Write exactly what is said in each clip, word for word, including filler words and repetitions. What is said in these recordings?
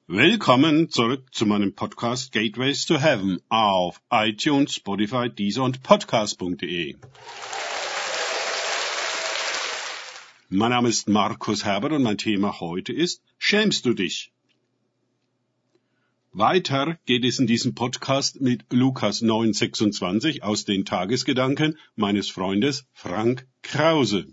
Willkommen zurück zu meinem Podcast Gateways to Heaven auf iTunes, Spotify, Deezer und Podcast punkt de. Mein Name ist Markus Herbert und mein Thema heute ist: Schämst du dich? Weiter geht es in diesem Podcast mit Lukas neun sechsundzwanzig aus den Tagesgedanken meines Freundes Frank Krause.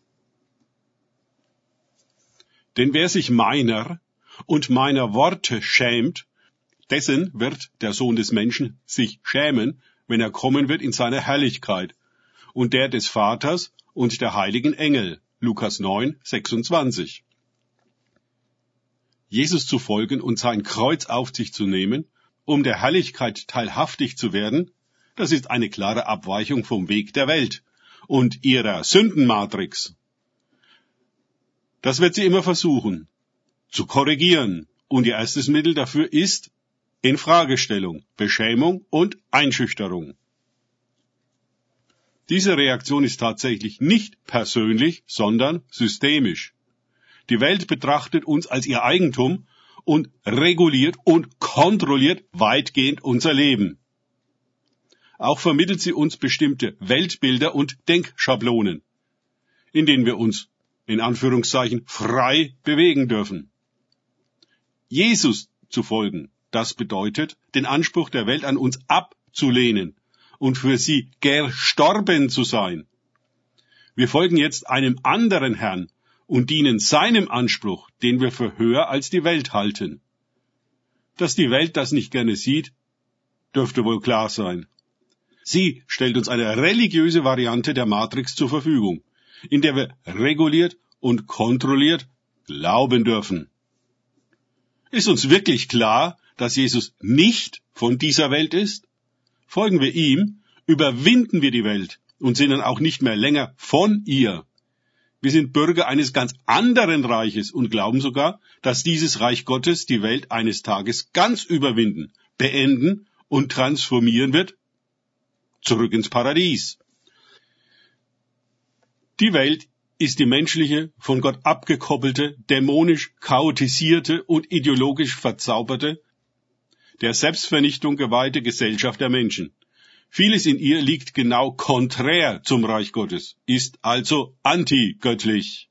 Denn wer sich meiner und meiner Worte schämt, dessen wird der Sohn des Menschen sich schämen, wenn er kommen wird in seiner Herrlichkeit, und der des Vaters und der heiligen Engel. Lukas neun sechsundzwanzig. Jesus zu folgen und sein Kreuz auf sich zu nehmen, um der Herrlichkeit teilhaftig zu werden, das ist eine klare Abweichung vom Weg der Welt und ihrer Sündenmatrix. Das wird sie immer versuchen zu korrigieren, und ihr erstes Mittel dafür ist Infragestellung, Beschämung und Einschüchterung. Diese Reaktion ist tatsächlich nicht persönlich, sondern systemisch. Die Welt betrachtet uns als ihr Eigentum und reguliert und kontrolliert weitgehend unser Leben. Auch vermittelt sie uns bestimmte Weltbilder und Denkschablonen, in denen wir uns in Anführungszeichen frei bewegen dürfen. Jesus zu folgen, das bedeutet, den Anspruch der Welt an uns abzulehnen und für sie gestorben zu sein. Wir folgen jetzt einem anderen Herrn und dienen seinem Anspruch, den wir für höher als die Welt halten. Dass die Welt das nicht gerne sieht, dürfte wohl klar sein. Sie stellt uns eine religiöse Variante der Matrix zur Verfügung, in der wir reguliert und kontrolliert glauben dürfen. Ist uns wirklich klar, dass Jesus nicht von dieser Welt ist? Folgen wir ihm, überwinden wir die Welt und sind dann auch nicht mehr länger von ihr. Wir sind Bürger eines ganz anderen Reiches und glauben sogar, dass dieses Reich Gottes die Welt eines Tages ganz überwinden, beenden und transformieren wird, zurück ins Paradies. Die Welt ist die menschliche, von Gott abgekoppelte, dämonisch chaotisierte und ideologisch verzauberte, der Selbstvernichtung geweihte Gesellschaft der Menschen. Vieles in ihr liegt genau konträr zum Reich Gottes, ist also antigöttlich.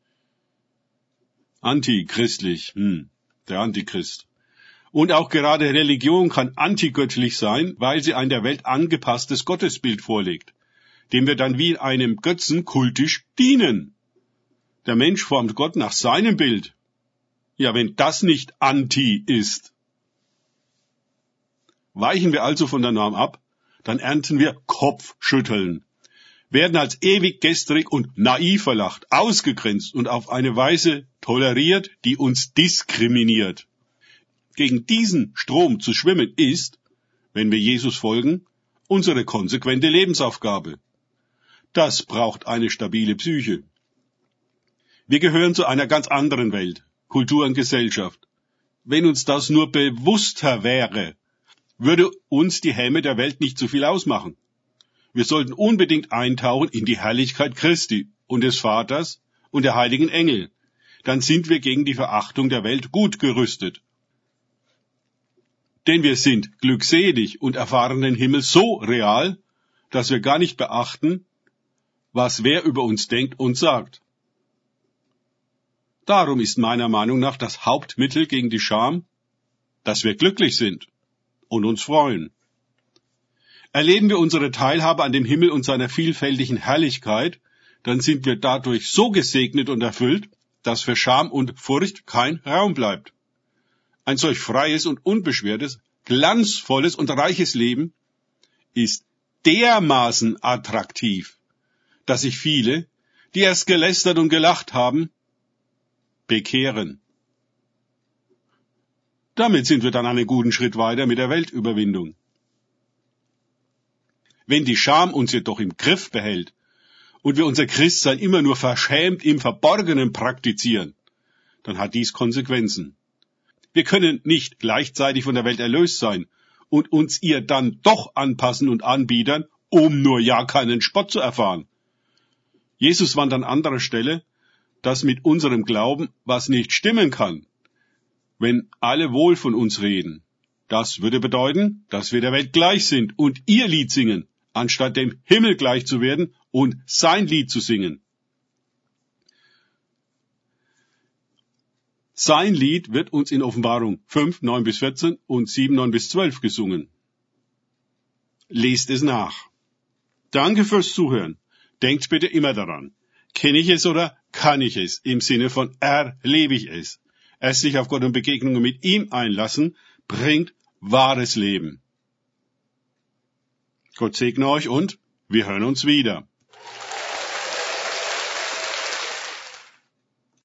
Antichristlich, hm, der Antichrist. Und auch gerade Religion kann antigöttlich sein, weil sie ein der Welt angepasstes Gottesbild vorlegt, dem wir dann wie einem Götzen kultisch dienen. Der Mensch formt Gott nach seinem Bild. Ja, wenn das nicht anti ist. Weichen wir also von der Norm ab, dann ernten wir Kopfschütteln, werden als ewig gestrig und naiv verlacht, ausgegrenzt und auf eine Weise toleriert, die uns diskriminiert. Gegen diesen Strom zu schwimmen ist, wenn wir Jesus folgen, unsere konsequente Lebensaufgabe. Das braucht eine stabile Psyche. Wir gehören zu einer ganz anderen Welt, Kultur und Gesellschaft. Wenn uns das nur bewusster wäre, würde uns die Häme der Welt nicht so viel ausmachen. Wir sollten unbedingt eintauchen in die Herrlichkeit Christi und des Vaters und der heiligen Engel. Dann sind wir gegen die Verachtung der Welt gut gerüstet. Denn wir sind glückselig und erfahren den Himmel so real, dass wir gar nicht beachten, was wer über uns denkt und sagt. Darum ist meiner Meinung nach das Hauptmittel gegen die Scham, dass wir glücklich sind und uns freuen. Erleben wir unsere Teilhabe an dem Himmel und seiner vielfältigen Herrlichkeit, dann sind wir dadurch so gesegnet und erfüllt, dass für Scham und Furcht kein Raum bleibt. Ein solch freies und unbeschwertes, glanzvolles und reiches Leben ist dermaßen attraktiv, dass sich viele, die erst gelästert und gelacht haben, bekehren. Damit sind wir dann einen guten Schritt weiter mit der Weltüberwindung. Wenn die Scham uns jedoch im Griff behält und wir unser Christsein immer nur verschämt im Verborgenen praktizieren, dann hat dies Konsequenzen. Wir können nicht gleichzeitig von der Welt erlöst sein und uns ihr dann doch anpassen und anbiedern, um nur ja keinen Spott zu erfahren. Jesus warnt an anderer Stelle, dass mit unserem Glauben was nicht stimmen kann, wenn alle wohl von uns reden. Das würde bedeuten, dass wir der Welt gleich sind und ihr Lied singen, anstatt dem Himmel gleich zu werden und sein Lied zu singen. Sein Lied wird uns in Offenbarung fünf, neun bis vierzehn und sieben, neun bis zwölf gesungen. Lest es nach. Danke fürs Zuhören. Denkt bitte immer daran. Kenne ich es oder kann ich es? Im Sinne von erlebe ich es. Es sich auf Gott und Begegnungen mit ihm einlassen, bringt wahres Leben. Gott segne euch und wir hören uns wieder.